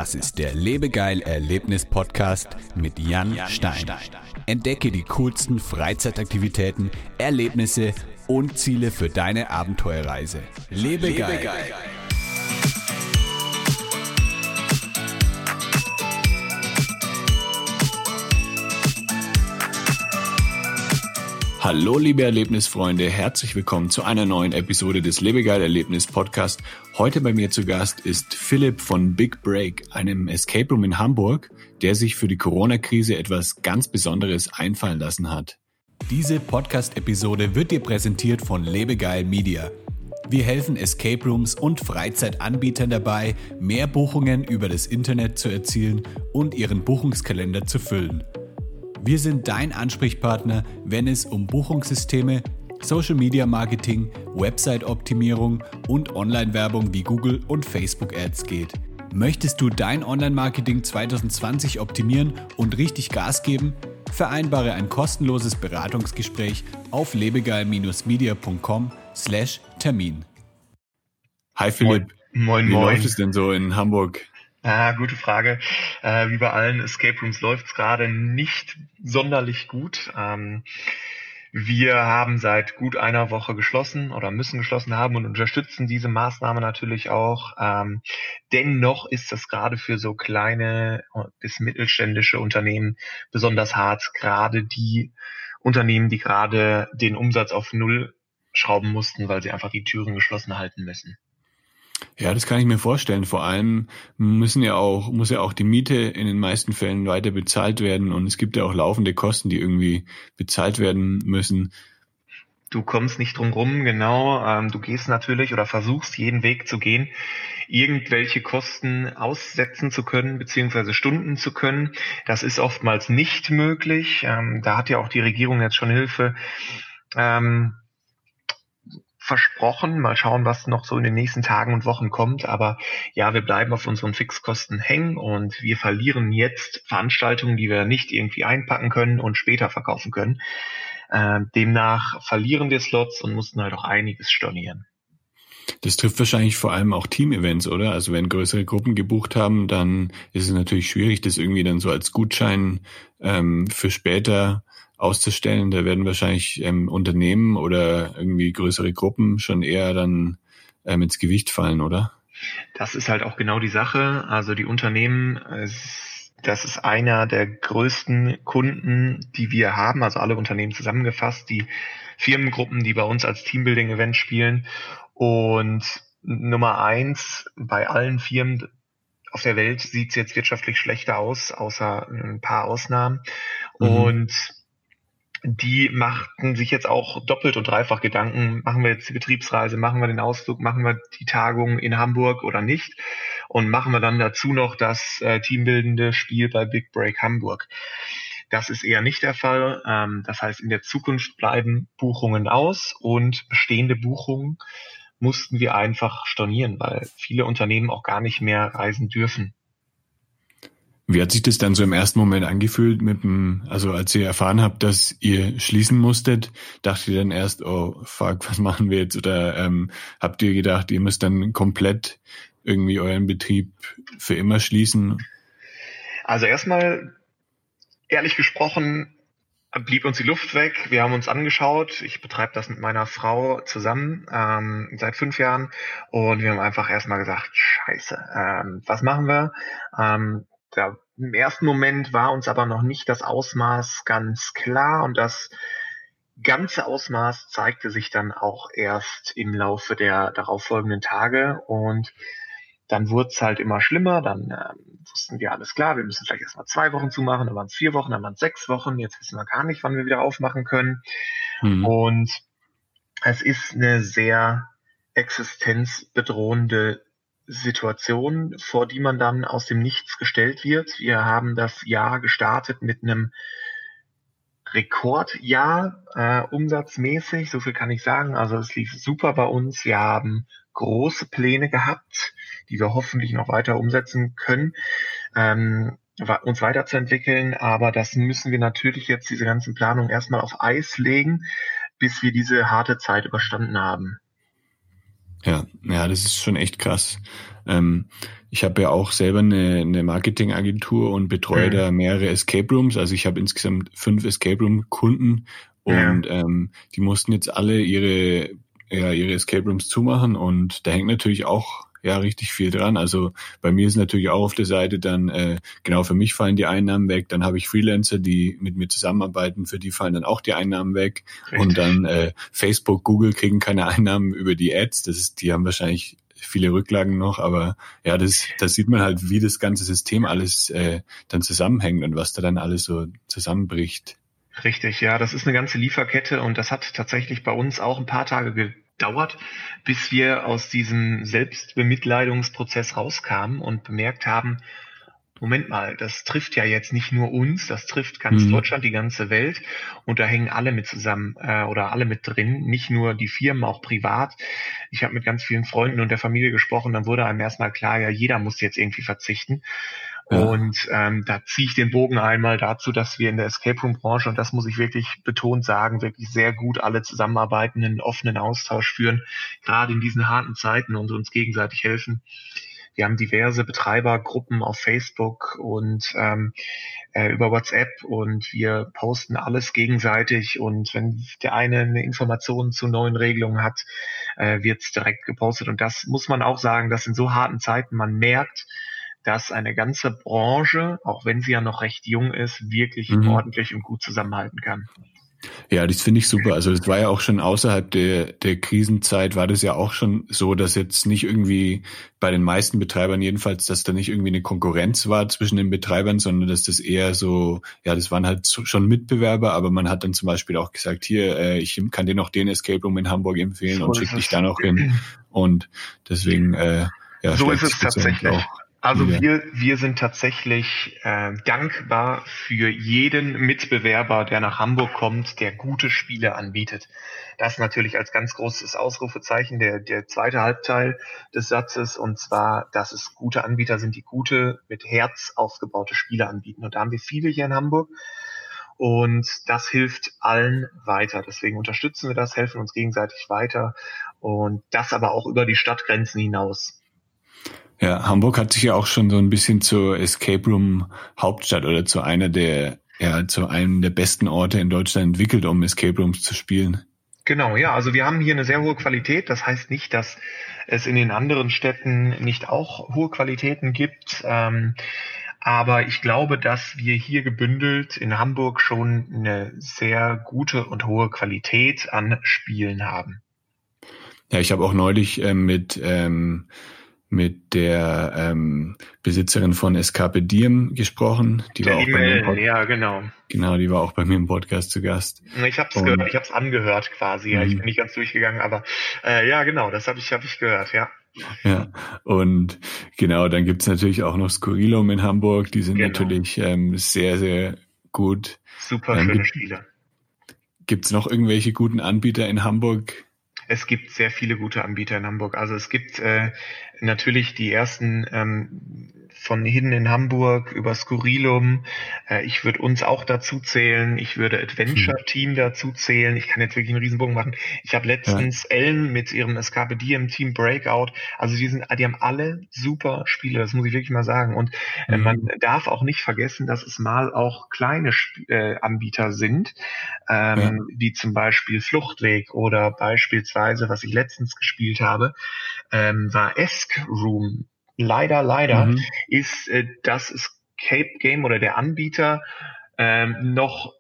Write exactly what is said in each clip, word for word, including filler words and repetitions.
Das ist der Lebegeil-Erlebnis-Podcast mit Jan Stein. Entdecke die coolsten Freizeitaktivitäten, Erlebnisse und Ziele für deine Abenteuerreise. Lebegeil. Lebegeil. Hallo liebe Erlebnisfreunde, herzlich willkommen zu einer neuen Episode des Lebegeil Erlebnis Podcast. Heute bei mir zu Gast ist Philipp von Big Break, einem Escape Room in Hamburg, der sich für die Corona-Krise etwas ganz Besonderes einfallen lassen hat. Diese Podcast-Episode wird dir präsentiert von Lebegeil Media. Wir helfen Escape Rooms und Freizeitanbietern dabei, mehr Buchungen über das Internet zu erzielen und ihren Buchungskalender zu füllen. Wir sind dein Ansprechpartner, wenn es um Buchungssysteme, Social Media Marketing, Website-Optimierung und Online-Werbung wie Google und Facebook-Ads geht. Möchtest du dein Online-Marketing zwanzig zwanzig optimieren und richtig Gas geben? Vereinbare ein kostenloses Beratungsgespräch auf lebegeil Media punkt com slash Termin. Hi Philipp, moin, moin, wie moin. läuft es denn so in Hamburg? Ah, gute Frage. Äh, wie bei allen Escape Rooms läuft es gerade nicht sonderlich gut. Ähm, wir haben seit gut einer Woche geschlossen oder müssen geschlossen haben und unterstützen diese Maßnahme natürlich auch. Ähm, dennoch ist das gerade für so kleine bis mittelständische Unternehmen besonders hart. Gerade die Unternehmen, die gerade den Umsatz auf Null schrauben mussten, weil sie einfach die Türen geschlossen halten müssen. Ja, das kann ich mir vorstellen. Vor allem müssen ja auch, muss ja auch die Miete in den meisten Fällen weiter bezahlt werden und es gibt ja auch laufende Kosten, die irgendwie bezahlt werden müssen. Du kommst nicht drum rum, genau. Ähm, du gehst natürlich oder versuchst jeden Weg zu gehen, irgendwelche Kosten aussetzen zu können, beziehungsweise Stunden zu können. Das ist oftmals nicht möglich. Ähm, da hat ja auch die Regierung jetzt schon Hilfe ähm, versprochen. Mal schauen, was noch so in den nächsten Tagen und Wochen kommt. Aber ja, wir bleiben auf unseren Fixkosten hängen und wir verlieren jetzt Veranstaltungen, die wir nicht irgendwie einpacken können und später verkaufen können. Äh, demnach verlieren wir Slots und mussten halt auch einiges stornieren. Das trifft wahrscheinlich vor allem auch Team-Events, oder? Also wenn größere Gruppen gebucht haben, dann ist es natürlich schwierig, das irgendwie dann so als Gutschein ähm, für später auszustellen. Da werden wahrscheinlich ähm, Unternehmen oder irgendwie größere Gruppen schon eher dann ähm, ins Gewicht fallen, oder? Das ist halt auch genau die Sache. Also die Unternehmen, das ist einer der größten Kunden, die wir haben, also alle Unternehmen zusammengefasst, die Firmengruppen, die bei uns als Teambuilding-Event spielen. Und Nummer eins bei allen Firmen auf der Welt sieht es jetzt wirtschaftlich schlechter aus, außer ein paar Ausnahmen. Mhm. Und die machten sich jetzt auch doppelt und dreifach Gedanken, machen wir jetzt die Betriebsreise, machen wir den Ausflug, machen wir die Tagung in Hamburg oder nicht und machen wir dann dazu noch das äh, teambildende Spiel bei Big Break Hamburg. Das ist eher nicht der Fall. Ähm, das heißt, in der Zukunft bleiben Buchungen aus und bestehende Buchungen mussten wir einfach stornieren, weil viele Unternehmen auch gar nicht mehr reisen dürfen. Wie hat sich das dann so im ersten Moment angefühlt mit dem, also als ihr erfahren habt, dass ihr schließen musstet, dachtet ihr dann erst, oh fuck, was machen wir jetzt? Oder ähm, habt ihr gedacht, ihr müsst dann komplett irgendwie euren Betrieb für immer schließen? Also erstmal, ehrlich gesprochen, blieb uns die Luft weg. Wir haben uns angeschaut. Ich betreibe das mit meiner Frau zusammen ähm, seit fünf Jahren und wir haben einfach erstmal gesagt, scheiße, ähm, was machen wir? Ähm, Da, im ersten Moment war uns aber noch nicht das Ausmaß ganz klar und das ganze Ausmaß zeigte sich dann auch erst im Laufe der darauffolgenden Tage und dann wurde es halt immer schlimmer, dann ähm, wussten wir, alles klar, wir müssen vielleicht erstmal zwei Wochen zumachen, dann waren es vier Wochen, dann waren es sechs Wochen, jetzt wissen wir gar nicht, wann wir wieder aufmachen können. Mhm. Und es ist eine sehr existenzbedrohende Situation, vor die man dann aus dem Nichts gestellt wird. Wir haben das Jahr gestartet mit einem Rekordjahr äh, umsatzmäßig, so viel kann ich sagen. Also es lief super bei uns. Wir haben große Pläne gehabt, die wir hoffentlich noch weiter umsetzen können, ähm, uns weiterzuentwickeln. Aber das müssen wir natürlich jetzt, diese ganzen Planungen, erstmal auf Eis legen, bis wir diese harte Zeit überstanden haben. Ja, ja, das ist schon echt krass. Ähm, ich habe ja auch selber eine, eine Marketingagentur und betreue Mhm. da mehrere Escape Rooms. Also ich habe insgesamt fünf Escape Room Kunden Ja, und ähm, die mussten jetzt alle ihre ja ihre Escape Rooms zumachen und da hängt natürlich auch ja richtig viel dran. Also bei mir ist natürlich auch auf der Seite dann äh, genau, für mich fallen die Einnahmen weg. Dann habe ich Freelancer, die mit mir zusammenarbeiten, für die fallen dann auch die Einnahmen weg. Und richtig. dann äh, Facebook, Google kriegen keine Einnahmen über die Ads. Das ist, die haben wahrscheinlich viele Rücklagen noch, aber ja, das, das sieht man halt, wie das ganze System alles äh, dann zusammenhängt und was da dann alles so zusammenbricht. Richtig, ja, das ist eine ganze Lieferkette und das hat tatsächlich bei uns auch ein paar Tage gedauert, bis wir aus diesem Selbstbemitleidungsprozess rauskamen und bemerkt haben, Moment mal, das trifft ja jetzt nicht nur uns, das trifft ganz Mhm. Deutschland, die ganze Welt und da hängen alle mit zusammen äh, oder alle mit drin, nicht nur die Firmen, auch privat. Ich habe mit ganz vielen Freunden und der Familie gesprochen, dann wurde einem erstmal klar, ja, jeder muss jetzt irgendwie verzichten. Ja. Und ähm, da ziehe ich den Bogen einmal dazu, dass wir in der Escape Room Branche, und das muss ich wirklich betont sagen, wirklich sehr gut alle zusammenarbeiten, einen offenen Austausch führen, gerade in diesen harten Zeiten und uns gegenseitig helfen. Wir haben diverse Betreibergruppen auf Facebook und ähm, äh, über WhatsApp und wir posten alles gegenseitig und wenn der eine eine Information zu neuen Regelungen hat, äh, wird es direkt gepostet und das muss man auch sagen, dass in so harten Zeiten man merkt, dass eine ganze Branche, auch wenn sie ja noch recht jung ist, wirklich Mhm. ordentlich und gut zusammenhalten kann. Ja, das finde ich super. Also das war ja auch schon außerhalb der, der Krisenzeit, war das ja auch schon so, dass jetzt nicht irgendwie bei den meisten Betreibern jedenfalls, dass da nicht irgendwie eine Konkurrenz war zwischen den Betreibern, sondern dass das eher so, ja, das waren halt so, schon Mitbewerber, aber man hat dann zum Beispiel auch gesagt, hier, äh, ich kann dir noch den Escape Room in Hamburg empfehlen So und ist schick dich es. da noch hin. Und deswegen, äh, ja, So ist schlägt es sich das ja eigentlich tatsächlich. auch Also wieder. wir, wir sind tatsächlich äh, dankbar für jeden Mitbewerber, der nach Hamburg kommt, der gute Spiele anbietet. Das natürlich als ganz großes Ausrufezeichen der, der zweite Halbteil des Satzes, und zwar, dass es gute Anbieter sind, die gute, mit Herz aufgebaute Spiele anbieten. Und da haben wir viele hier in Hamburg. Und das hilft allen weiter. Deswegen unterstützen wir das, helfen uns gegenseitig weiter und das aber auch über die Stadtgrenzen hinaus. Ja, Hamburg hat sich ja auch schon so ein bisschen zur Escape Room Hauptstadt oder zu einer der, ja, zu einem der besten Orte in Deutschland entwickelt, um Escape Rooms zu spielen. Genau, ja, also wir haben hier eine sehr hohe Qualität. Das heißt nicht, dass es in den anderen Städten nicht auch hohe Qualitäten gibt. Ähm, aber ich glaube, dass wir hier gebündelt in Hamburg schon eine sehr gute und hohe Qualität an Spielen haben. Ja, ich habe auch neulich ähm, mit ähm, mit der ähm, Besitzerin von Escape Diem gesprochen. Die Der war auch lieben bei mir im Ellen, Pod ja, genau. genau, die war auch bei mir im Podcast zu Gast. Ich habe es gehört, Und ich habe es angehört quasi. Ja, ich bin mhm, nicht ganz durchgegangen, aber äh, ja, genau, das habe ich, hab ich gehört, ja. ja, und genau, dann gibt's natürlich auch noch Skurrilum in Hamburg. Die sind Genau. natürlich ähm, sehr, sehr gut. Super Ähm, schöne gibt, Spiele. gibt's noch irgendwelche guten Anbieter in Hamburg? Es gibt sehr viele gute Anbieter in Hamburg. Also es gibt äh, natürlich die ersten ähm, von Hidden in Hamburg über Skurrilum. Äh, ich würde uns auch dazu zählen. Ich würde Hm. Adventure Team dazu zählen. Ich kann jetzt wirklich einen Riesenbogen machen. Ich habe Ja. letztens Ellen mit ihrem Escape Diem Team Breakout. Also die sind, die haben alle super Spiele. Das muss ich wirklich mal sagen. Und äh, man Mhm. darf auch nicht vergessen, dass es mal auch kleine Sp äh, Anbieter sind, Ja. ähm, wie zum Beispiel Fluchtweg oder beispielsweise, was ich letztens gespielt habe, ähm, war Escape Room. Leider, leider Mhm. ist äh, das Escape Game oder der Anbieter ähm, noch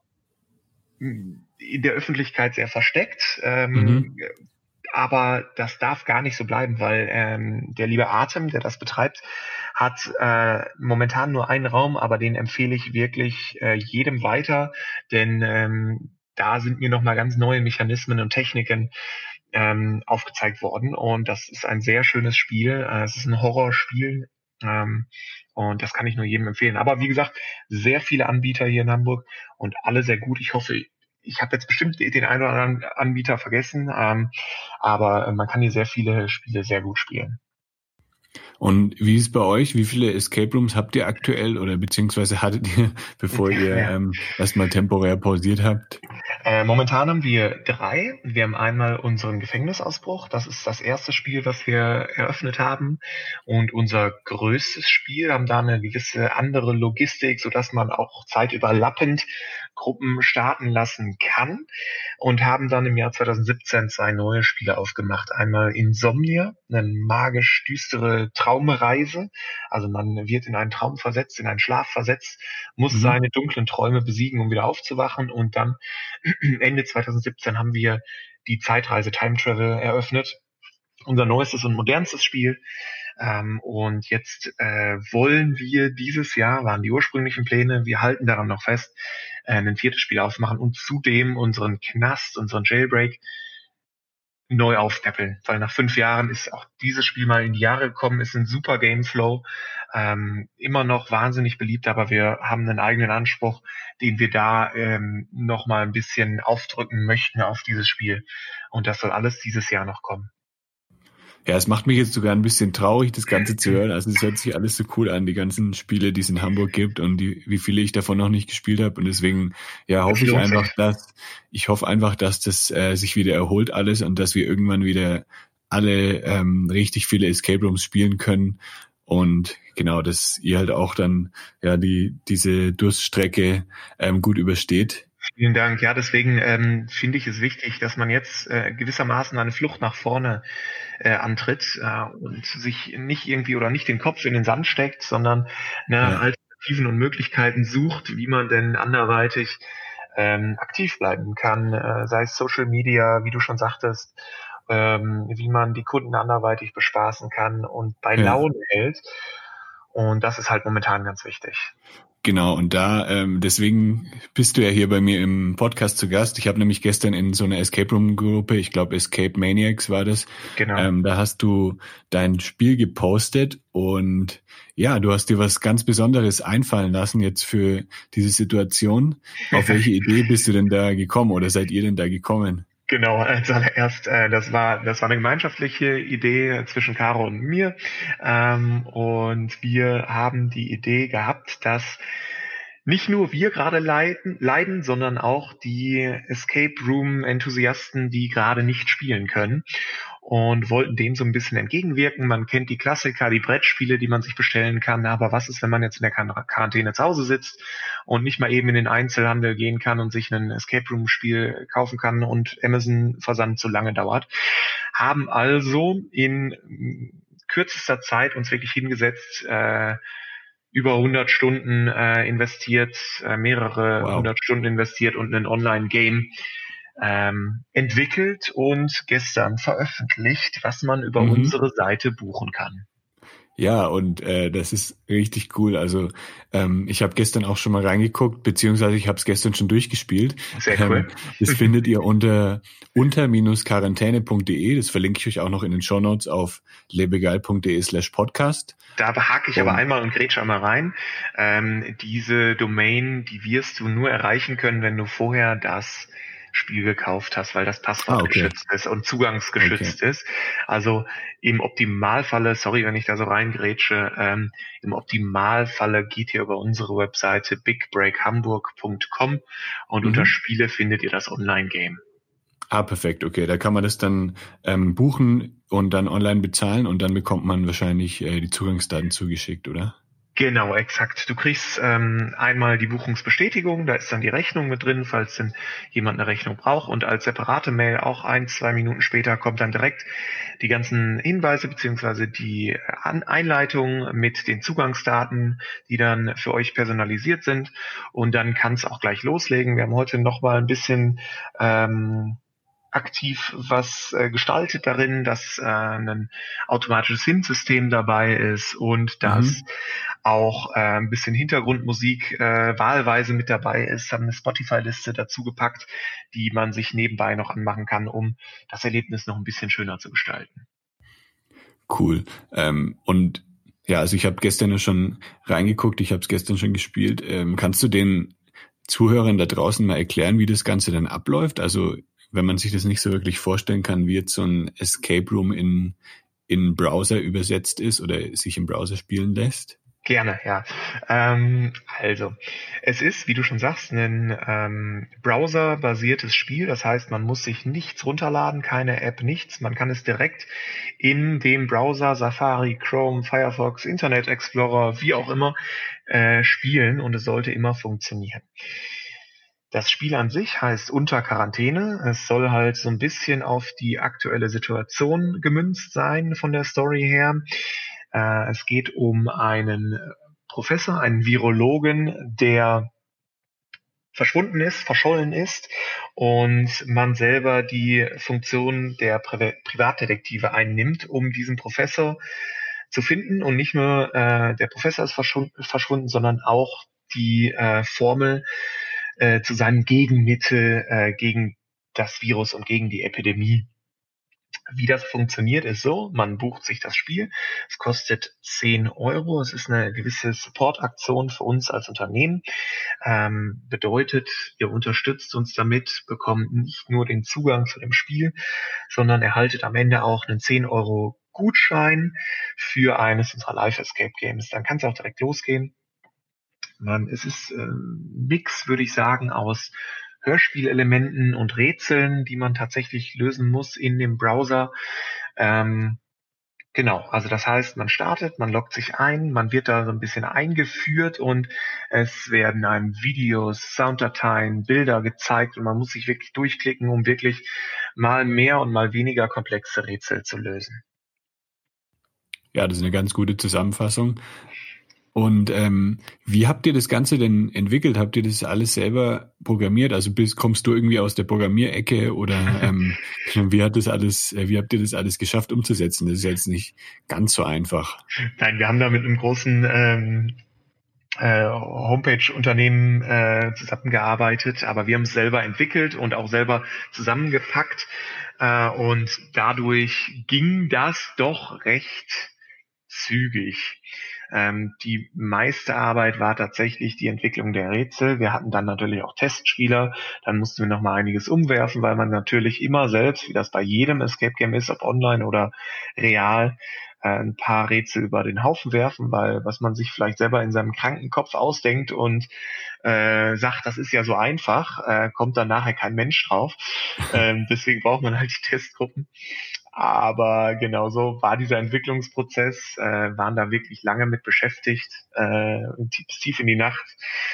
in der Öffentlichkeit sehr versteckt. Mhm. Ähm, aber das darf gar nicht so bleiben, weil ähm, der liebe Atem, der das betreibt, hat äh, momentan nur einen Raum, aber den empfehle ich wirklich äh, jedem weiter, denn ähm, da sind mir nochmal ganz neue Mechanismen und Techniken ähm, aufgezeigt worden und das ist ein sehr schönes Spiel. Äh, es ist ein Horrorspiel ähm, und das kann ich nur jedem empfehlen. Aber wie gesagt, sehr viele Anbieter hier in Hamburg und alle sehr gut. Ich hoffe, ich habe jetzt bestimmt den einen oder anderen Anbieter vergessen, ähm, aber man kann hier sehr viele Spiele sehr gut spielen. Und wie ist es bei euch? Wie viele Escape Rooms habt ihr aktuell oder beziehungsweise hattet ihr, bevor ihr Ja. ähm, erstmal temporär pausiert habt? Äh, momentan haben wir drei. Wir haben einmal unseren Gefängnisausbruch. Das ist das erste Spiel, was wir eröffnet haben. Und unser größtes Spiel haben da eine gewisse andere Logistik, sodass man auch zeitüberlappend Gruppen starten lassen kann. Und haben dann im Jahr zwanzig siebzehn zwei neue Spiele aufgemacht. Einmal Insomnia, eine magisch düstere Traumreise. Also man wird in einen Traum versetzt, in einen Schlaf versetzt, muss Mhm. seine dunklen Träume besiegen, um wieder aufzuwachen. Und dann Ende zwanzig siebzehn haben wir die Zeitreise Time Travel eröffnet. Unser neuestes und modernstes Spiel. Ähm, und jetzt äh, wollen wir dieses Jahr, waren die ursprünglichen Pläne, wir halten daran noch fest, äh, ein viertes Spiel aufmachen und zudem unseren Knast, unseren Jailbreak neu aufpäppeln. Weil nach fünf Jahren ist auch dieses Spiel mal in die Jahre gekommen, ist ein super Gameflow, ähm, immer noch wahnsinnig beliebt, aber wir haben einen eigenen Anspruch, den wir da ähm, noch mal ein bisschen aufdrücken möchten auf dieses Spiel. Und das soll alles dieses Jahr noch kommen. Ja, es macht mich jetzt sogar ein bisschen traurig, das Ganze zu hören. Also es hört sich alles so cool an, die ganzen Spiele, die es in Hamburg gibt und die, wie viele ich davon noch nicht gespielt habe. Und deswegen, ja, hoffe ich einfach, sich. dass ich hoffe einfach, dass das äh, sich wieder erholt alles und dass wir irgendwann wieder alle ähm, richtig viele Escape Rooms spielen können. Und genau, dass ihr halt auch dann ja die diese Durststrecke ähm, gut übersteht. Vielen Dank. Ja, deswegen ähm, finde ich es wichtig, dass man jetzt äh, gewissermaßen eine Flucht nach vorne äh, antritt äh, und sich nicht irgendwie oder nicht den Kopf in den Sand steckt, sondern nach ja. Alternativen und Möglichkeiten sucht, wie man denn anderweitig ähm, aktiv bleiben kann, äh, sei es Social Media, wie du schon sagtest, ähm, wie man die Kunden anderweitig bespaßen kann und bei ja. Laune hält. Und das ist halt momentan ganz wichtig. Genau, und da, ähm, deswegen bist du ja hier bei mir im Podcast zu Gast. Ich habe nämlich gestern in so einer Escape Room Gruppe, ich glaube Escape Maniacs war das, genau. ähm, da hast du dein Spiel gepostet und ja, du hast dir was ganz Besonderes einfallen lassen jetzt für diese Situation. Auf welche Idee bist du denn da gekommen oder seid ihr denn da gekommen? Genau, als allererst, äh, das war das war eine gemeinschaftliche Idee zwischen Caro und mir, ähm, und wir haben die Idee gehabt, dass nicht nur wir gerade leiden, leiden, sondern auch die Escape Room Enthusiasten, die gerade nicht spielen können, und wollten dem so ein bisschen entgegenwirken. Man kennt die Klassiker, die Brettspiele, die man sich bestellen kann, aber was ist, wenn man jetzt in der Quarantäne zu Hause sitzt und nicht mal eben in den Einzelhandel gehen kann und sich ein Escape Room Spiel kaufen kann und Amazon Versand zu lange dauert? Haben also in kürzester Zeit uns wirklich hingesetzt, äh, über hundert Stunden äh, investiert, äh, mehrere wow. hundert Stunden investiert und ein Online-Game ähm, entwickelt und gestern veröffentlicht, was man über mhm. unsere Seite buchen kann. Ja, und äh, das ist richtig cool. Also ähm, ich habe gestern auch schon mal reingeguckt, beziehungsweise ich habe es gestern schon durchgespielt. Sehr cool. Ähm, das findet ihr unter unter quarantäne punkt de. Das verlinke ich euch auch noch in den Shownotes auf lebegeil punkt de slash podcast. Da behake ich und aber einmal und grätsche einmal rein. Ähm, diese Domain, die wirst du nur erreichen können, wenn du vorher das Spiel gekauft hast, weil das Passwort ah, okay. geschützt ist und zugangsgeschützt okay. ist. Also im Optimalfalle, sorry, wenn ich da so reingrätsche, ähm, im Optimalfalle geht ihr über unsere Webseite big break hamburg punkt com und mhm. unter Spiele findet ihr das Online-Game. Ah, perfekt, okay. Da kann man das dann ähm, buchen und dann online bezahlen und dann bekommt man wahrscheinlich äh, die Zugangsdaten zugeschickt, oder? Genau, exakt. Du kriegst ähm, einmal die Buchungsbestätigung, da ist dann die Rechnung mit drin, falls denn jemand eine Rechnung braucht, und als separate Mail auch ein, zwei Minuten später kommt dann direkt die ganzen Hinweise beziehungsweise die An- Einleitung mit den Zugangsdaten, die dann für euch personalisiert sind, und dann kann es auch gleich loslegen. Wir haben heute noch mal ein bisschen ähm, aktiv was äh, gestaltet darin, dass äh, ein automatisches Hint-System dabei ist und dass mhm. auch äh, ein bisschen Hintergrundmusik äh, wahlweise mit dabei ist, haben eine Spotify-Liste dazu gepackt, die man sich nebenbei noch anmachen kann, um das Erlebnis noch ein bisschen schöner zu gestalten. Cool. Ähm, und ja, also ich habe gestern schon reingeguckt, ich habe es gestern schon gespielt. Ähm, kannst du den Zuhörern da draußen mal erklären, wie das Ganze dann abläuft? Also wenn man sich das nicht so wirklich vorstellen kann, wie jetzt so ein Escape Room in in Browser übersetzt ist oder sich im Browser spielen lässt? Gerne, ja. Ähm, also, es ist, wie du schon sagst, ein ähm, Browser-basiertes Spiel. Das heißt, man muss sich nichts runterladen, keine App, nichts. Man kann es direkt in dem Browser, Safari, Chrome, Firefox, Internet Explorer, wie auch immer, äh, spielen und es sollte immer funktionieren. Das Spiel an sich heißt Unter Quarantäne. Es soll halt so ein bisschen auf die aktuelle Situation gemünzt sein von der Story her. Äh, es geht um einen Professor, einen Virologen, der verschwunden ist, verschollen ist und man selber die Funktion der Pri- Privatdetektive einnimmt, um diesen Professor zu finden. Und nicht nur äh, der Professor ist verschwunden, verschwunden, sondern auch die äh, Formel äh, zu seinem Gegenmittel äh, gegen das Virus und gegen die Epidemie. Wie das funktioniert, ist so, man bucht sich das Spiel, es kostet zehn Euro, es ist eine gewisse Support-Aktion für uns als Unternehmen, ähm, bedeutet, ihr unterstützt uns damit, bekommt nicht nur den Zugang zu dem Spiel, sondern erhaltet am Ende auch einen zehn Euro Gutschein für eines unserer Live-Escape-Games. Dann kann es auch direkt losgehen. Man, es ist äh, ein Mix, würde ich sagen, aus Hörspielelementen und Rätseln, die man tatsächlich lösen muss in dem Browser. Ähm, genau, also das heißt, man startet, man loggt sich ein, man wird da so ein bisschen eingeführt und es werden einem Videos, Sounddateien, Bilder gezeigt und man muss sich wirklich durchklicken, um wirklich mal mehr und mal weniger komplexe Rätsel zu lösen. Ja, das ist eine ganz gute Zusammenfassung. Und ähm, wie habt ihr das Ganze denn entwickelt? Habt ihr das alles selber programmiert? Also bist, kommst du irgendwie aus der Programmierecke oder ähm, wie hat das alles, wie habt ihr das alles geschafft umzusetzen? Das ist jetzt nicht ganz so einfach. Nein, wir haben da mit einem großen ähm, äh, Homepage-Unternehmen äh, zusammengearbeitet, aber wir haben es selber entwickelt und auch selber zusammengepackt äh, und dadurch ging das doch recht zügig. Ähm, die meiste Arbeit war tatsächlich die Entwicklung der Rätsel. Wir hatten dann natürlich auch Testspieler. Dann mussten wir noch mal einiges umwerfen, weil man natürlich immer selbst, wie das bei jedem Escape Game ist, ob online oder real, äh, ein paar Rätsel über den Haufen werfen, weil was man sich vielleicht selber in seinem kranken Kopf ausdenkt und äh, sagt, das ist ja so einfach, äh, kommt dann nachher kein Mensch drauf. Ähm, deswegen braucht man halt die Testgruppen. Aber genauso war dieser Entwicklungsprozess, äh, waren da wirklich lange mit beschäftigt, äh, bis tief in die Nacht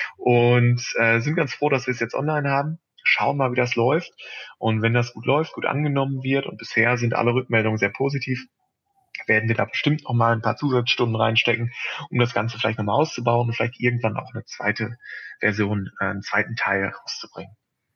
und äh, sind ganz froh, dass wir es jetzt online haben. Schauen mal, wie das läuft. Und wenn das gut läuft, gut angenommen wird und bisher sind alle Rückmeldungen sehr positiv, werden wir da bestimmt noch mal ein paar Zusatzstunden reinstecken, um das Ganze vielleicht nochmal auszubauen und vielleicht irgendwann auch eine zweite Version, äh, einen zweiten Teil rauszubringen.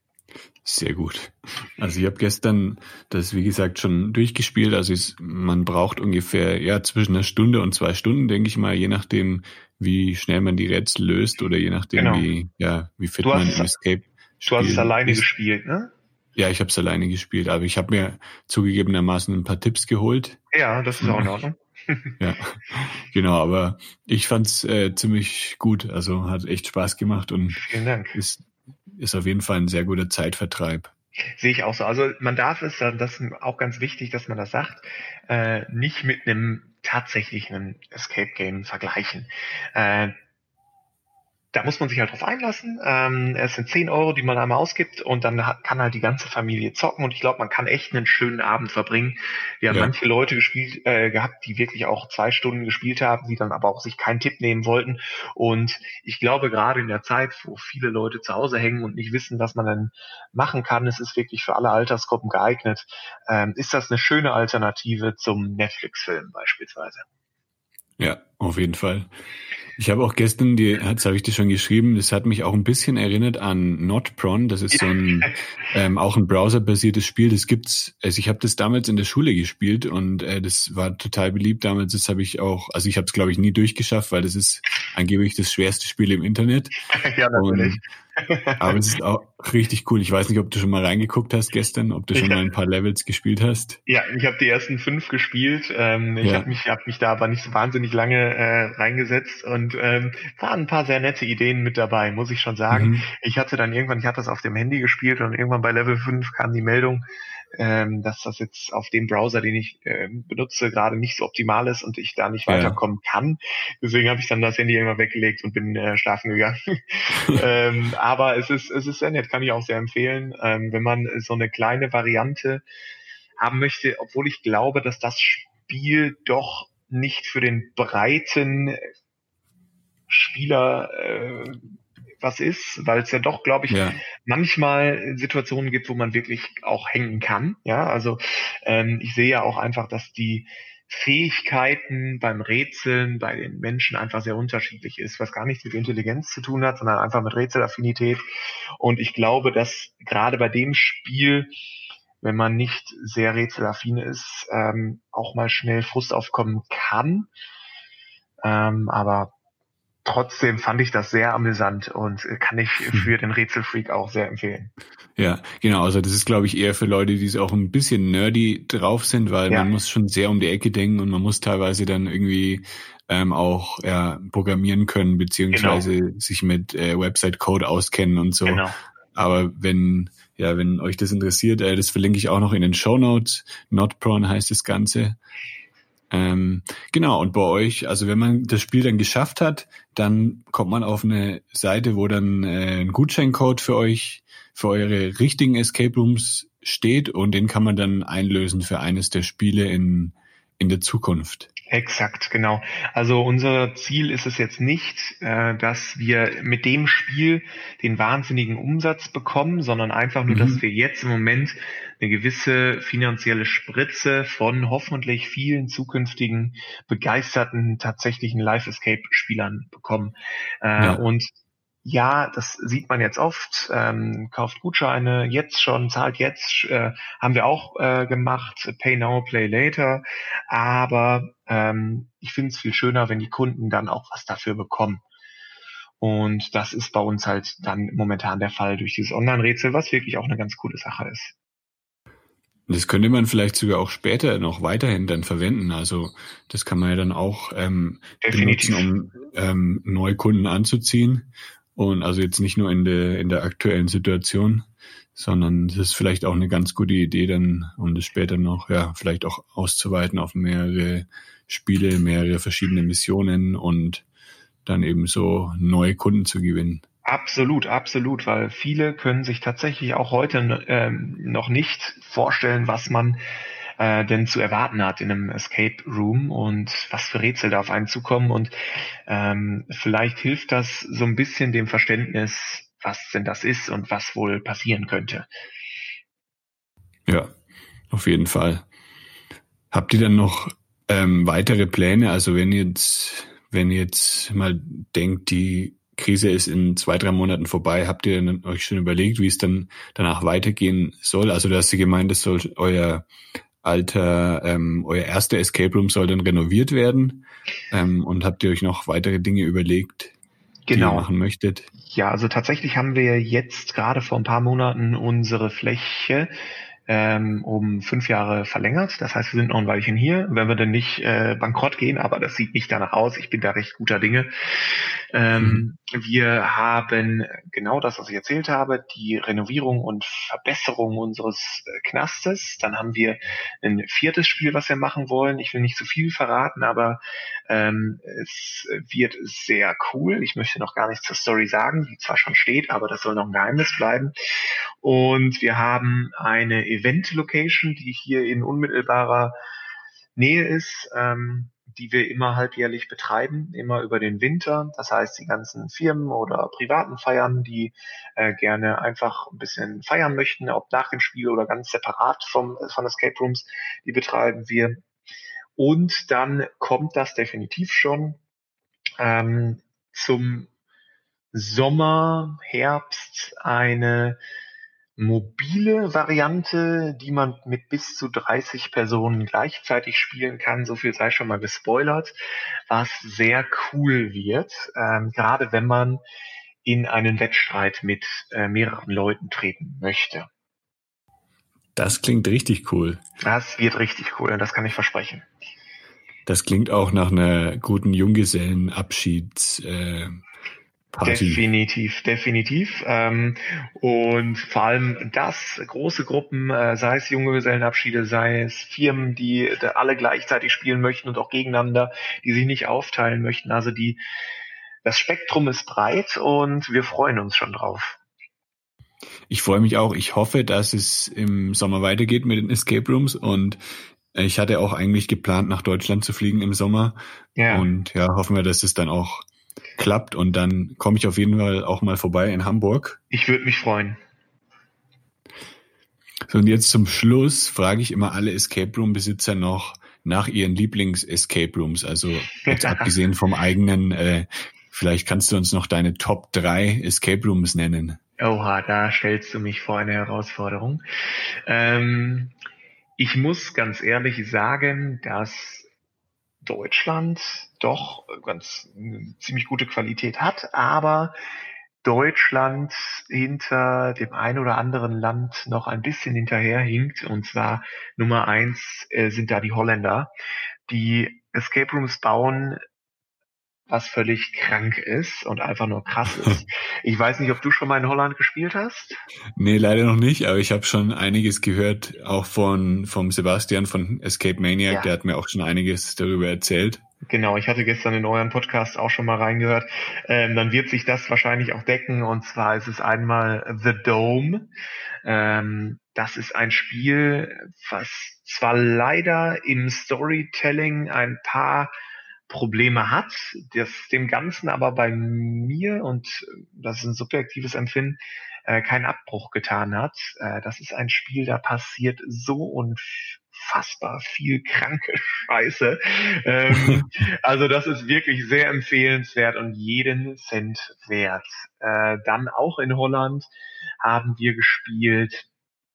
Sehr gut. Also ich habe gestern das, wie gesagt, schon durchgespielt. Also es, man braucht ungefähr ja zwischen einer Stunde und zwei Stunden, denke ich mal, je nachdem, wie schnell man die Rätsel löst oder je nachdem, genau. wie ja wie fit du man hast, im Escape Du hast es alleine ist. gespielt, ne? Ja, ich habe es alleine gespielt, aber ich habe mir zugegebenermaßen ein paar Tipps geholt. Ja, das ist auch in Ordnung. Ja, genau, aber ich fand's äh, ziemlich gut. Also hat echt Spaß gemacht und Vielen Dank. ist ist auf jeden Fall ein sehr guter Zeitvertreib. Sehe ich auch so. Also man darf es, das ist auch ganz wichtig, dass man das sagt, äh, nicht mit einem tatsächlichen Escape Game vergleichen. Äh, Da muss man sich halt drauf einlassen. Ähm, es sind zehn Euro, die man einmal ausgibt und dann hat, kann halt die ganze Familie zocken und ich glaube, man kann echt einen schönen Abend verbringen. Wir haben ja. manche Leute gespielt äh, gehabt, die wirklich auch zwei Stunden gespielt haben, die dann aber auch sich keinen Tipp nehmen wollten. Und ich glaube, gerade in der Zeit, wo viele Leute zu Hause hängen und nicht wissen, was man dann machen kann, es ist wirklich für alle Altersgruppen geeignet, ähm, ist das eine schöne Alternative zum Netflix-Film beispielsweise. Ja, auf jeden Fall. Ich habe auch gestern, die, das habe ich dir schon geschrieben, das hat mich auch ein bisschen erinnert an Notpron. Das ist so ein ähm, auch ein browserbasiertes Spiel. Das gibt's. Also ich habe das damals in der Schule gespielt und äh, das war total beliebt damals. Das habe ich auch, also ich habe es glaube ich nie durchgeschafft, weil das ist angeblich das schwerste Spiel im Internet. Ja, natürlich. Und, aber es ist auch richtig cool. Ich weiß nicht, ob du schon mal reingeguckt hast gestern, ob du schon ich mal ein paar Levels gespielt hast. Ja, ich habe die ersten fünf gespielt. Ähm, ich ja. habe mich, hab mich da aber nicht so wahnsinnig lange äh, reingesetzt und ähm, waren ein paar sehr nette Ideen mit dabei, muss ich schon sagen. Mhm. Ich hatte dann irgendwann, ich hatte das auf dem Handy gespielt und irgendwann bei Level fünf kam die Meldung, ähm, dass das jetzt auf dem Browser, den ich äh, benutze, gerade nicht so optimal ist und ich da nicht Ja. weiterkommen kann. Deswegen habe ich dann das Handy immer weggelegt und bin äh, schlafen gegangen. ähm, aber es ist es ist sehr nett, kann ich auch sehr empfehlen, ähm, wenn man so eine kleine Variante haben möchte, obwohl ich glaube, dass das Spiel doch nicht für den breiten Spieler äh, was ist, weil es ja doch, glaube ich, Ja. manchmal Situationen gibt, wo man wirklich auch hängen kann. Ja, also ähm, ich sehe ja auch einfach, dass die Fähigkeiten beim Rätseln bei den Menschen einfach sehr unterschiedlich ist, was gar nichts mit Intelligenz zu tun hat, sondern einfach mit Rätselaffinität. Und ich glaube, dass gerade bei dem Spiel, wenn man nicht sehr rätselaffin ist, ähm, auch mal schnell Frust aufkommen kann. Ähm, aber trotzdem fand ich das sehr amüsant und kann ich für den Rätselfreak auch sehr empfehlen. Ja, genau. Also das ist, glaube ich, eher für Leute, die auch ein bisschen nerdy drauf sind, weil Ja. man muss schon sehr um die Ecke denken und man muss teilweise dann irgendwie ähm, auch ja, programmieren können, beziehungsweise Genau. sich mit äh, Website-Code auskennen und so. Genau. Aber wenn ja, wenn euch das interessiert, äh, das verlinke ich auch noch in den Shownotes. Notprawn heißt das Ganze. Ähm, genau, und bei euch, also wenn man das Spiel dann geschafft hat, dann kommt man auf eine Seite, wo dann äh, ein Gutscheincode für euch, für eure richtigen Escape Rooms steht und den kann man dann einlösen für eines der Spiele in, in der Zukunft. Exakt, genau. Also unser Ziel ist es jetzt nicht, äh, dass wir mit dem Spiel den wahnsinnigen Umsatz bekommen, sondern einfach nur, Mhm. dass wir jetzt im Moment eine gewisse finanzielle Spritze von hoffentlich vielen zukünftigen begeisterten tatsächlichen Live-Escape-Spielern bekommen. Äh, Ja. Und ja, das sieht man jetzt oft, ähm, kauft Gutscheine jetzt schon, zahlt jetzt, äh, haben wir auch äh, gemacht, Pay Now, Play Later, aber ähm, ich finde es viel schöner, wenn die Kunden dann auch was dafür bekommen. Und das ist bei uns halt dann momentan der Fall durch dieses Online-Rätsel, was wirklich auch eine ganz coole Sache ist. Das könnte man vielleicht sogar auch später noch weiterhin dann verwenden. Also das kann man ja dann auch ähm, Definitiv. benutzen, um ähm, neue Kunden anzuziehen. Und also jetzt nicht nur in der in der aktuellen Situation, sondern es ist vielleicht auch eine ganz gute Idee dann, um das später noch ja vielleicht auch auszuweiten auf mehrere Spiele, mehrere verschiedene Missionen und dann eben so neue Kunden zu gewinnen. Absolut, absolut, weil viele können sich tatsächlich auch heute ähm, noch nicht vorstellen, was man äh, denn zu erwarten hat in einem Escape Room und was für Rätsel da auf einen zukommen. Und ähm, vielleicht hilft das so ein bisschen dem Verständnis, was denn das ist und was wohl passieren könnte. Ja, auf jeden Fall. Habt ihr dann noch ähm, weitere Pläne? Also wenn jetzt, wenn ihr jetzt mal denkt, die Krise ist in zwei, drei Monaten vorbei, habt ihr dann euch schon überlegt, wie es dann danach weitergehen soll? Also du hast ja gemeint, es soll euer alter, ähm, euer erster Escape Room soll dann renoviert werden. Ähm, und habt ihr euch noch weitere Dinge überlegt, die Genau. ihr machen möchtet? Ja, also tatsächlich haben wir jetzt gerade vor ein paar Monaten unsere Fläche ähm, um fünf Jahre verlängert. Das heißt, wir sind noch ein Weilchen hier, wenn wir dann nicht äh, bankrott gehen, aber das sieht nicht danach aus. Ich bin da recht guter Dinge. Ähm, Mhm. Wir haben genau das, was ich erzählt habe, die Renovierung und Verbesserung unseres äh, Knastes. Dann haben wir ein viertes Spiel, was wir machen wollen. Ich will nicht zu viel verraten, aber ähm, es wird sehr cool. Ich möchte noch gar nichts zur Story sagen, die zwar schon steht, aber das soll noch ein Geheimnis bleiben. Und wir haben eine Event-Location, die hier in unmittelbarer Nähe ist, ähm, die wir immer halbjährlich betreiben, immer über den Winter. Das heißt, die ganzen Firmen oder privaten Feiern, die äh, gerne einfach ein bisschen feiern möchten, ob nach dem Spiel oder ganz separat vom, von Escape Rooms, die betreiben wir. Und dann kommt das definitiv schon ähm, zum Sommer, Herbst eine mobile Variante, die man mit bis zu dreißig Personen gleichzeitig spielen kann. So viel sei schon mal gespoilert, was sehr cool wird, ähm, gerade wenn man in einen Wettstreit mit äh, mehreren Leuten treten möchte. Das klingt richtig cool. Das wird richtig cool, das kann ich versprechen. Das klingt auch nach einer guten Junggesellenabschieds, äh, Party. Definitiv, definitiv. Ähm, und vor allem das, große Gruppen, äh, sei es Junggesellenabschiede, sei es Firmen, die da alle gleichzeitig spielen möchten und auch gegeneinander, die sich nicht aufteilen möchten. Also die, das Spektrum ist breit und wir freuen uns schon drauf. Ich freue mich auch. Ich hoffe, dass es im Sommer weitergeht mit den Escape Rooms und ich hatte auch eigentlich geplant, nach Deutschland zu fliegen im Sommer. Ja. Und ja, hoffen wir, dass es dann auch klappt und dann komme ich auf jeden Fall auch mal vorbei in Hamburg. Ich würde mich freuen. So, und jetzt zum Schluss frage ich immer alle Escape Room Besitzer noch nach ihren Lieblings-Escape Rooms. Also jetzt abgesehen vom eigenen, äh, vielleicht kannst du uns noch deine Top drei Escape Rooms nennen. Oha, da stellst du mich vor eine Herausforderung. Ähm, ich muss ganz ehrlich sagen, dass Deutschland doch ganz ziemlich gute Qualität hat, aber Deutschland hinter dem ein oder anderen Land noch ein bisschen hinterherhinkt. Und zwar Nummer eins äh, sind da die Holländer, die Escape Rooms bauen, was völlig krank ist und einfach nur krass ist. Ich weiß nicht, ob du schon mal in Holland gespielt hast? Nee, leider noch nicht, aber ich habe schon einiges gehört, auch von vom Sebastian von Escape Maniac, ja. Der hat mir auch schon einiges darüber erzählt. Genau, ich hatte gestern in euren Podcast auch schon mal reingehört. Ähm, dann wird sich das wahrscheinlich auch decken, und zwar ist es einmal The Dome. Ähm, das ist ein Spiel, was zwar leider im Storytelling ein paar Probleme hat, das dem Ganzen aber bei mir, und das ist ein subjektives Empfinden, äh, keinen Abbruch getan hat. Äh, das ist ein Spiel, da passiert so unfassbar viel kranke Scheiße. Ähm, also das ist wirklich sehr empfehlenswert und jeden Cent wert. Äh, dann auch in Holland haben wir gespielt,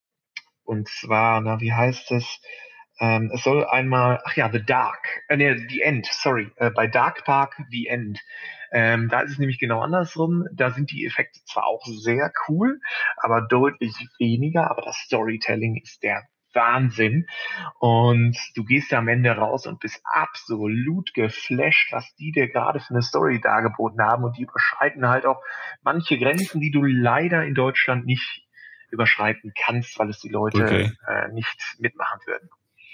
und zwar, na, wie heißt es? Ähm, es soll einmal, ach ja, The Dark, äh, nee, The End, sorry, äh, bei Dark Park The End. Ähm, da ist es nämlich genau andersrum. Da sind die Effekte zwar auch sehr cool, aber deutlich weniger, aber das Storytelling ist der Wahnsinn. Und du gehst da am Ende raus und bist absolut geflasht, was die dir gerade für eine Story dargeboten haben. Und die überschreiten halt auch manche Grenzen, die du leider in Deutschland nicht überschreiten kannst, weil es die Leute okay. äh, nicht mitmachen würden.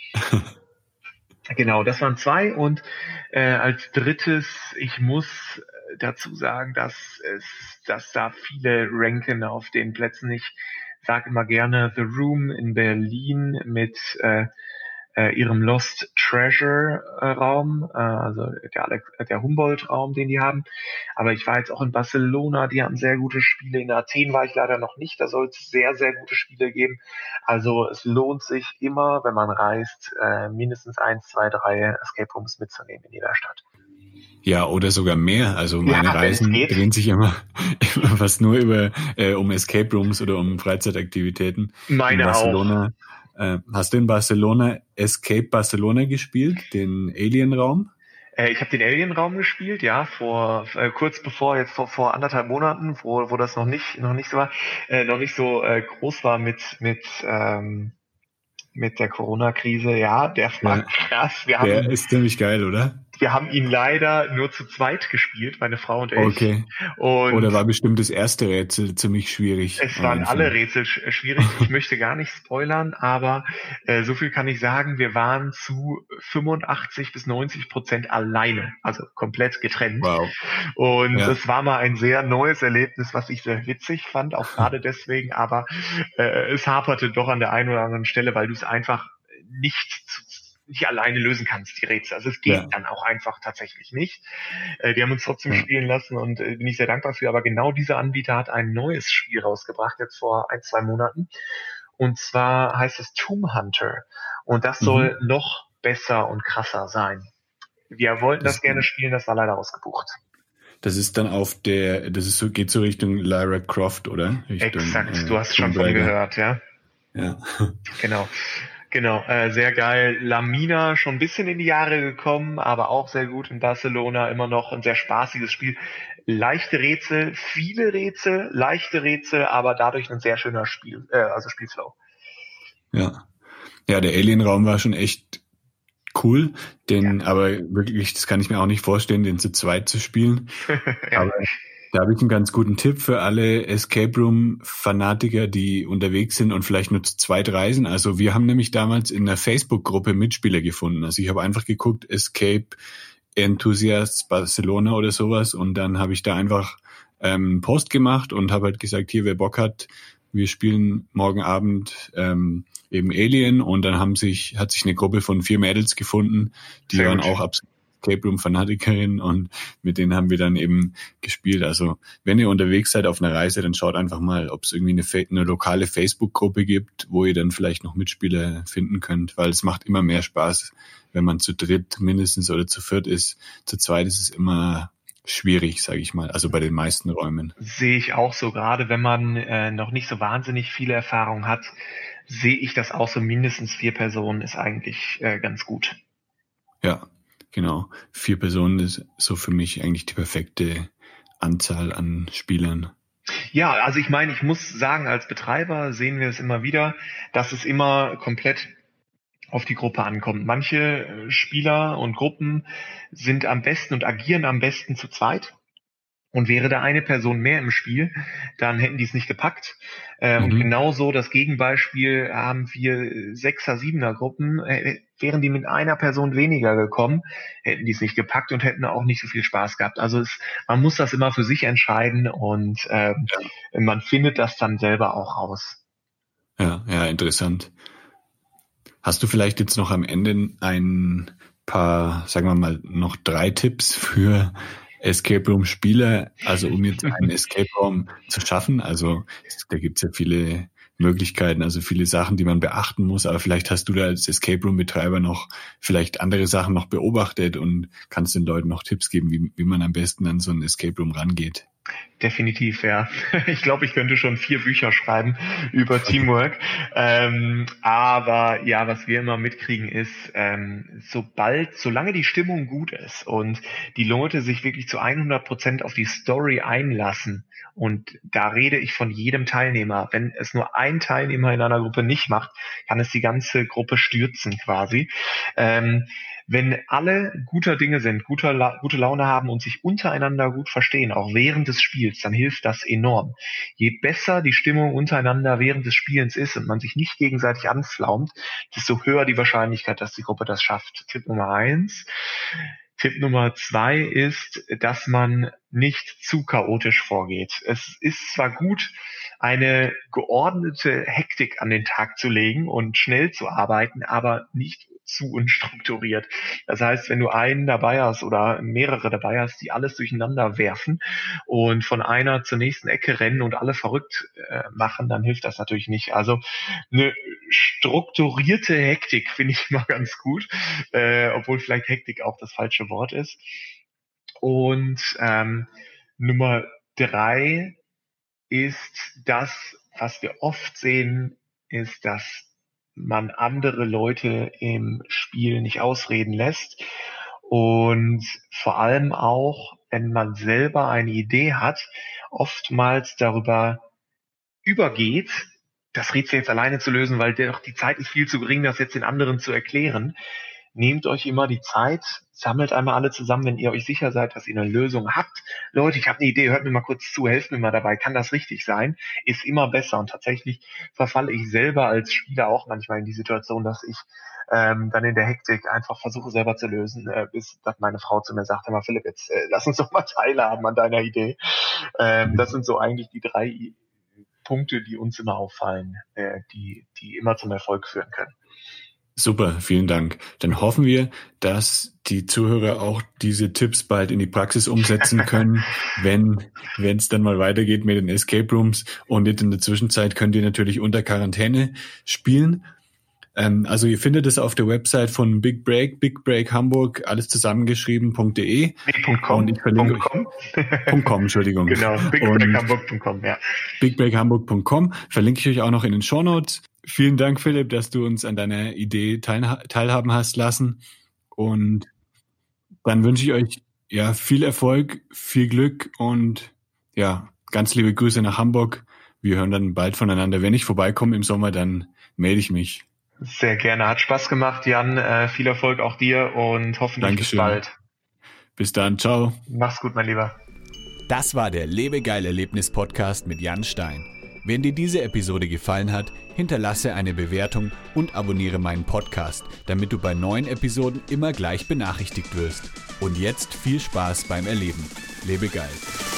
Genau, das waren zwei. Und äh, als drittes, ich muss dazu sagen, dass es, dass da viele ranken auf den Plätzen. Ich sage immer gerne The Room in Berlin mit äh, äh, ihrem Lost Treasure äh, Raum, äh, also der, der Humboldt-Raum, den die haben. Aber ich war jetzt auch in Barcelona, die haben sehr gute Spiele. In Athen war ich leider noch nicht, da soll es sehr, sehr gute Spiele geben. Also es lohnt sich immer, wenn man reist, äh, mindestens eins, zwei, drei Escape Rooms mitzunehmen in jeder Stadt. Ja, oder sogar mehr. Also meine ja, Reisen drehen sich immer, immer fast nur über äh, um Escape Rooms oder um Freizeitaktivitäten. Meine in Barcelona, auch. Äh, hast du in Barcelona Escape Barcelona gespielt, den Alien-Raum? Äh, ich habe den Alien-Raum gespielt, ja, vor äh, kurz bevor, jetzt vor, vor anderthalb Monaten, wo wo das noch nicht noch nicht so war, äh, noch nicht so äh, groß war mit mit ähm, mit der Corona-Krise. Ja, der war ja, krass. Wir der haben, ist ziemlich geil, oder? Wir haben ihn leider nur zu zweit gespielt, meine Frau und ich. Okay. Und Oder war bestimmt das erste Rätsel ziemlich schwierig? Es waren alle Rätsel sch- schwierig. Ich möchte gar nicht spoilern, aber äh, so viel kann ich sagen. Wir waren zu fünfundachtzig bis neunzig Prozent alleine, also komplett getrennt. Wow. Und ja. es war mal ein sehr neues Erlebnis, was ich sehr witzig fand, auch gerade deswegen. Aber äh, es haperte doch an der einen oder anderen Stelle, weil du es einfach nicht zu nicht alleine lösen kannst, die Rätsel. Also es geht ja. dann auch einfach tatsächlich nicht. Äh, die haben uns trotzdem ja. spielen lassen und äh, bin ich sehr dankbar für. Aber genau dieser Anbieter hat ein neues Spiel rausgebracht, jetzt vor ein, zwei Monaten. Und zwar heißt es Tomb Hunter. Und das mhm. soll noch besser und krasser sein. Wir wollten das, das gerne spielen, das war leider ausgebucht. Das ist dann auf der, das ist so, geht so Richtung Lara Croft, oder? Richtung, Exakt, äh, du hast schon von gehört, ja? Ja. Genau. Genau, äh, sehr geil. Lamina schon ein bisschen in die Jahre gekommen, aber auch sehr gut in Barcelona, immer noch ein sehr spaßiges Spiel. Leichte Rätsel, viele Rätsel, leichte Rätsel, aber dadurch ein sehr schöner Spiel, äh, also Spielflow. Ja, ja, der Alien-Raum war schon echt cool, den, ja. aber wirklich, das kann ich mir auch nicht vorstellen, den zu zweit zu spielen. ja. Aber Da habe ich einen ganz guten Tipp für alle Escape Room Fanatiker, die unterwegs sind und vielleicht nur zu zweit reisen. Also wir haben nämlich damals in einer Facebook-Gruppe Mitspieler gefunden. Also ich habe einfach geguckt, Escape Enthusiasts Barcelona oder sowas, und dann habe ich da einfach ähm, einen Post gemacht und habe halt gesagt, hier, wer Bock hat, wir spielen morgen Abend ähm, eben Alien, und dann haben sich hat sich eine Gruppe von vier Mädels gefunden, die Sehr waren gut. auch absolut Escape Room Fanatikerin, und mit denen haben wir dann eben gespielt. Also wenn ihr unterwegs seid auf einer Reise, dann schaut einfach mal, ob es irgendwie eine, eine lokale Facebook-Gruppe gibt, wo ihr dann vielleicht noch Mitspieler finden könnt, weil es macht immer mehr Spaß, wenn man zu dritt mindestens oder zu viert ist. Zu zweit ist es immer schwierig, sage ich mal, also bei den meisten Räumen. Sehe ich auch so, gerade wenn man äh, noch nicht so wahnsinnig viele Erfahrung hat, sehe ich das auch so, mindestens vier Personen ist eigentlich äh, ganz gut. Ja, genau. Vier Personen ist so für mich eigentlich die perfekte Anzahl an Spielern. Ja, also ich meine, ich muss sagen, als Betreiber sehen wir es immer wieder, dass es immer komplett auf die Gruppe ankommt. Manche äh, Spieler und Gruppen sind am besten und agieren am besten zu zweit. Und wäre da eine Person mehr im Spiel, dann hätten die es nicht gepackt. Äh, Mhm. Und genauso das Gegenbeispiel haben wir Sechser-, Siebener-Gruppen. Äh, wären die mit einer Person weniger gekommen, hätten die es nicht gepackt und hätten auch nicht so viel Spaß gehabt. Also es, man muss das immer für sich entscheiden, und äh, Ja. man findet das dann selber auch raus. Ja, ja, interessant. Hast du vielleicht jetzt noch am Ende ein paar, sagen wir mal, noch drei Tipps für Escape Room Spieler, also um jetzt einen Escape Room zu schaffen? Also da gibt's ja viele Möglichkeiten, also viele Sachen, die man beachten muss, aber vielleicht hast du da als Escape Room Betreiber noch vielleicht andere Sachen noch beobachtet und kannst den Leuten noch Tipps geben, wie, wie man am besten an so einen Escape Room rangeht. Definitiv, ja. Ich glaube, ich könnte schon vier Bücher schreiben über Teamwork. Ähm, aber ja, was wir immer mitkriegen ist, ähm, sobald, solange die Stimmung gut ist und die Leute sich wirklich zu hundert Prozent auf die Story einlassen, und da rede ich von jedem Teilnehmer, wenn es nur ein Teilnehmer in einer Gruppe nicht macht, kann es die ganze Gruppe stürzen quasi. Ähm, Wenn alle guter Dinge sind, guter La- gute Laune haben und sich untereinander gut verstehen, auch während des Spiels, dann hilft das enorm. Je besser die Stimmung untereinander während des Spielens ist und man sich nicht gegenseitig anflaumt, desto höher die Wahrscheinlichkeit, dass die Gruppe das schafft. Tipp Nummer eins. Tipp Nummer zwei ist, dass man nicht zu chaotisch vorgeht. Es ist zwar gut, eine geordnete Hektik an den Tag zu legen und schnell zu arbeiten, aber nicht zu unstrukturiert. Das heißt, wenn du einen dabei hast oder mehrere dabei hast, die alles durcheinander werfen und von einer zur nächsten Ecke rennen und alle verrückt äh, machen, dann hilft das natürlich nicht. Also eine strukturierte Hektik finde ich immer ganz gut, äh, obwohl vielleicht Hektik auch das falsche Wort ist. Und ähm, Nummer drei ist das, was wir oft sehen, ist, dass man andere Leute im Spiel nicht ausreden lässt. Und vor allem auch, wenn man selber eine Idee hat, oftmals darüber übergeht, das Rätsel jetzt alleine zu lösen, weil doch die Zeit ist viel zu gering, das jetzt den anderen zu erklären. Nehmt euch immer die Zeit, sammelt einmal alle zusammen, wenn ihr euch sicher seid, dass ihr eine Lösung habt. Leute, ich habe eine Idee, hört mir mal kurz zu, helft mir mal dabei, kann das richtig sein? Ist immer besser. Und tatsächlich verfalle ich selber als Spieler auch manchmal in die Situation, dass ich ähm, dann in der Hektik einfach versuche selber zu lösen, äh, bis dass meine Frau zu mir sagt, immer Philipp, jetzt äh, lass uns doch mal teilhaben an deiner Idee. Ähm, das sind so eigentlich die drei Punkte, die uns immer auffallen, äh, die, die immer zum Erfolg führen können. Super, vielen Dank. Dann hoffen wir, dass die Zuhörer auch diese Tipps bald in die Praxis umsetzen können, wenn wenn es dann mal weitergeht mit den Escape Rooms. Und jetzt in der Zwischenzeit könnt ihr natürlich unter Quarantäne spielen. Ähm, also ihr findet es auf der Website von Big Break, Big Break Hamburg, alles zusammengeschrieben, .de. Nee, .com. Und ich verlinke .com. euch .com, Entschuldigung. Genau, big break hamburg punkt com, ja. big break hamburg punkt com verlinke ich euch auch noch in den Shownotes. Vielen Dank, Philipp, dass du uns an deiner Idee teilha- teilhaben hast lassen. Und dann wünsche ich euch ja viel Erfolg, viel Glück und ja, ganz liebe Grüße nach Hamburg. Wir hören dann bald voneinander. Wenn ich vorbeikomme im Sommer, dann melde ich mich. Sehr gerne. Hat Spaß gemacht, Jan. Äh, viel Erfolg auch dir und hoffentlich Dankeschön. bis bald. Bis dann. Ciao. Mach's gut, mein Lieber. Das war der Lebegeil-Erlebnis-Podcast mit Jan Stein. Wenn dir diese Episode gefallen hat, hinterlasse eine Bewertung und abonniere meinen Podcast, damit du bei neuen Episoden immer gleich benachrichtigt wirst. Und jetzt viel Spaß beim Erleben. Lebe geil.